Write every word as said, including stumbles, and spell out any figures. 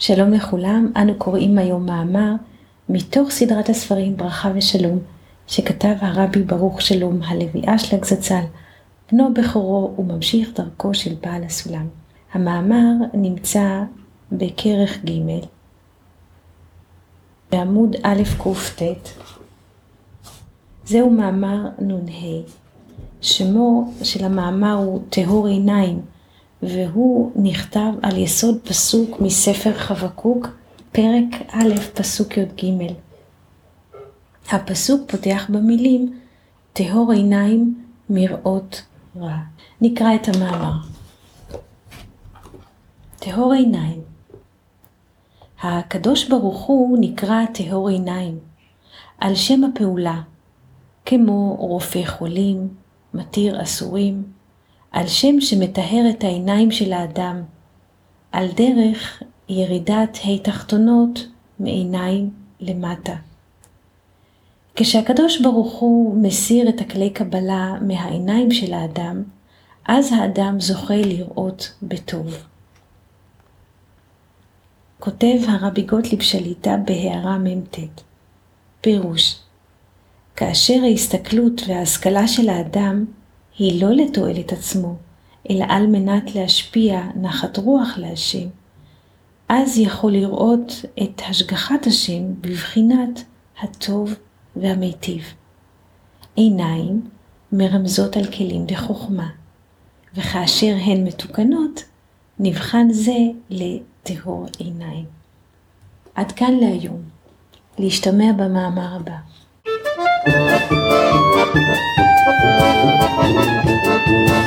שלום לכולם, אנו קוראים היום מאמר מתוך סדרת הספרים ברכה ושלום, שכתב הרבי ברוך שלום הלוי אשלג זצ"ל, בנו בכורו וממשיך דרכו של בעל הסולם. המאמר נמצא בכרך ג' בעמוד א' קט. זהו מאמר נ"ה. שמו של המאמר הוא טהור עיניים, והוא נכתב על יסוד פסוק מספר חבקוק, פרק א', פסוק י"ג. הפסוק פותח במילים טהור עיניים מראות רע. נקרא את המאמר. טהור עיניים. הקדוש ברוך הוא נקרא טהור עיניים על שם הפעולה, כמו רופא חולים, מתיר אסורים, על שם שמטהר את העיניים של האדם, על דרך ירידת התחתונות מעיניים למטה. כשהקדוש ברוך הוא מסיר את הכלי קבלה מהעיניים של האדם, אז האדם זוכה לראות בטוב. כותב הרבי גוטליב שליט"א בהערה מ"ט. פירוש: כאשר ההסתכלות וההשכלה של האדם היא לא לתועלת עצמו, אלא על מנת להשפיע נחת רוח להשם, אז יכול לראות את השגחת השם בבחינת הטוב והמיטיב. עיניים מרמזות על כלים דחוכמה, וכאשר הן מתוקנות, נבחן זה לטהור עיניים. עד כאן להיום. להשתמע במאמר הבא. Thank you.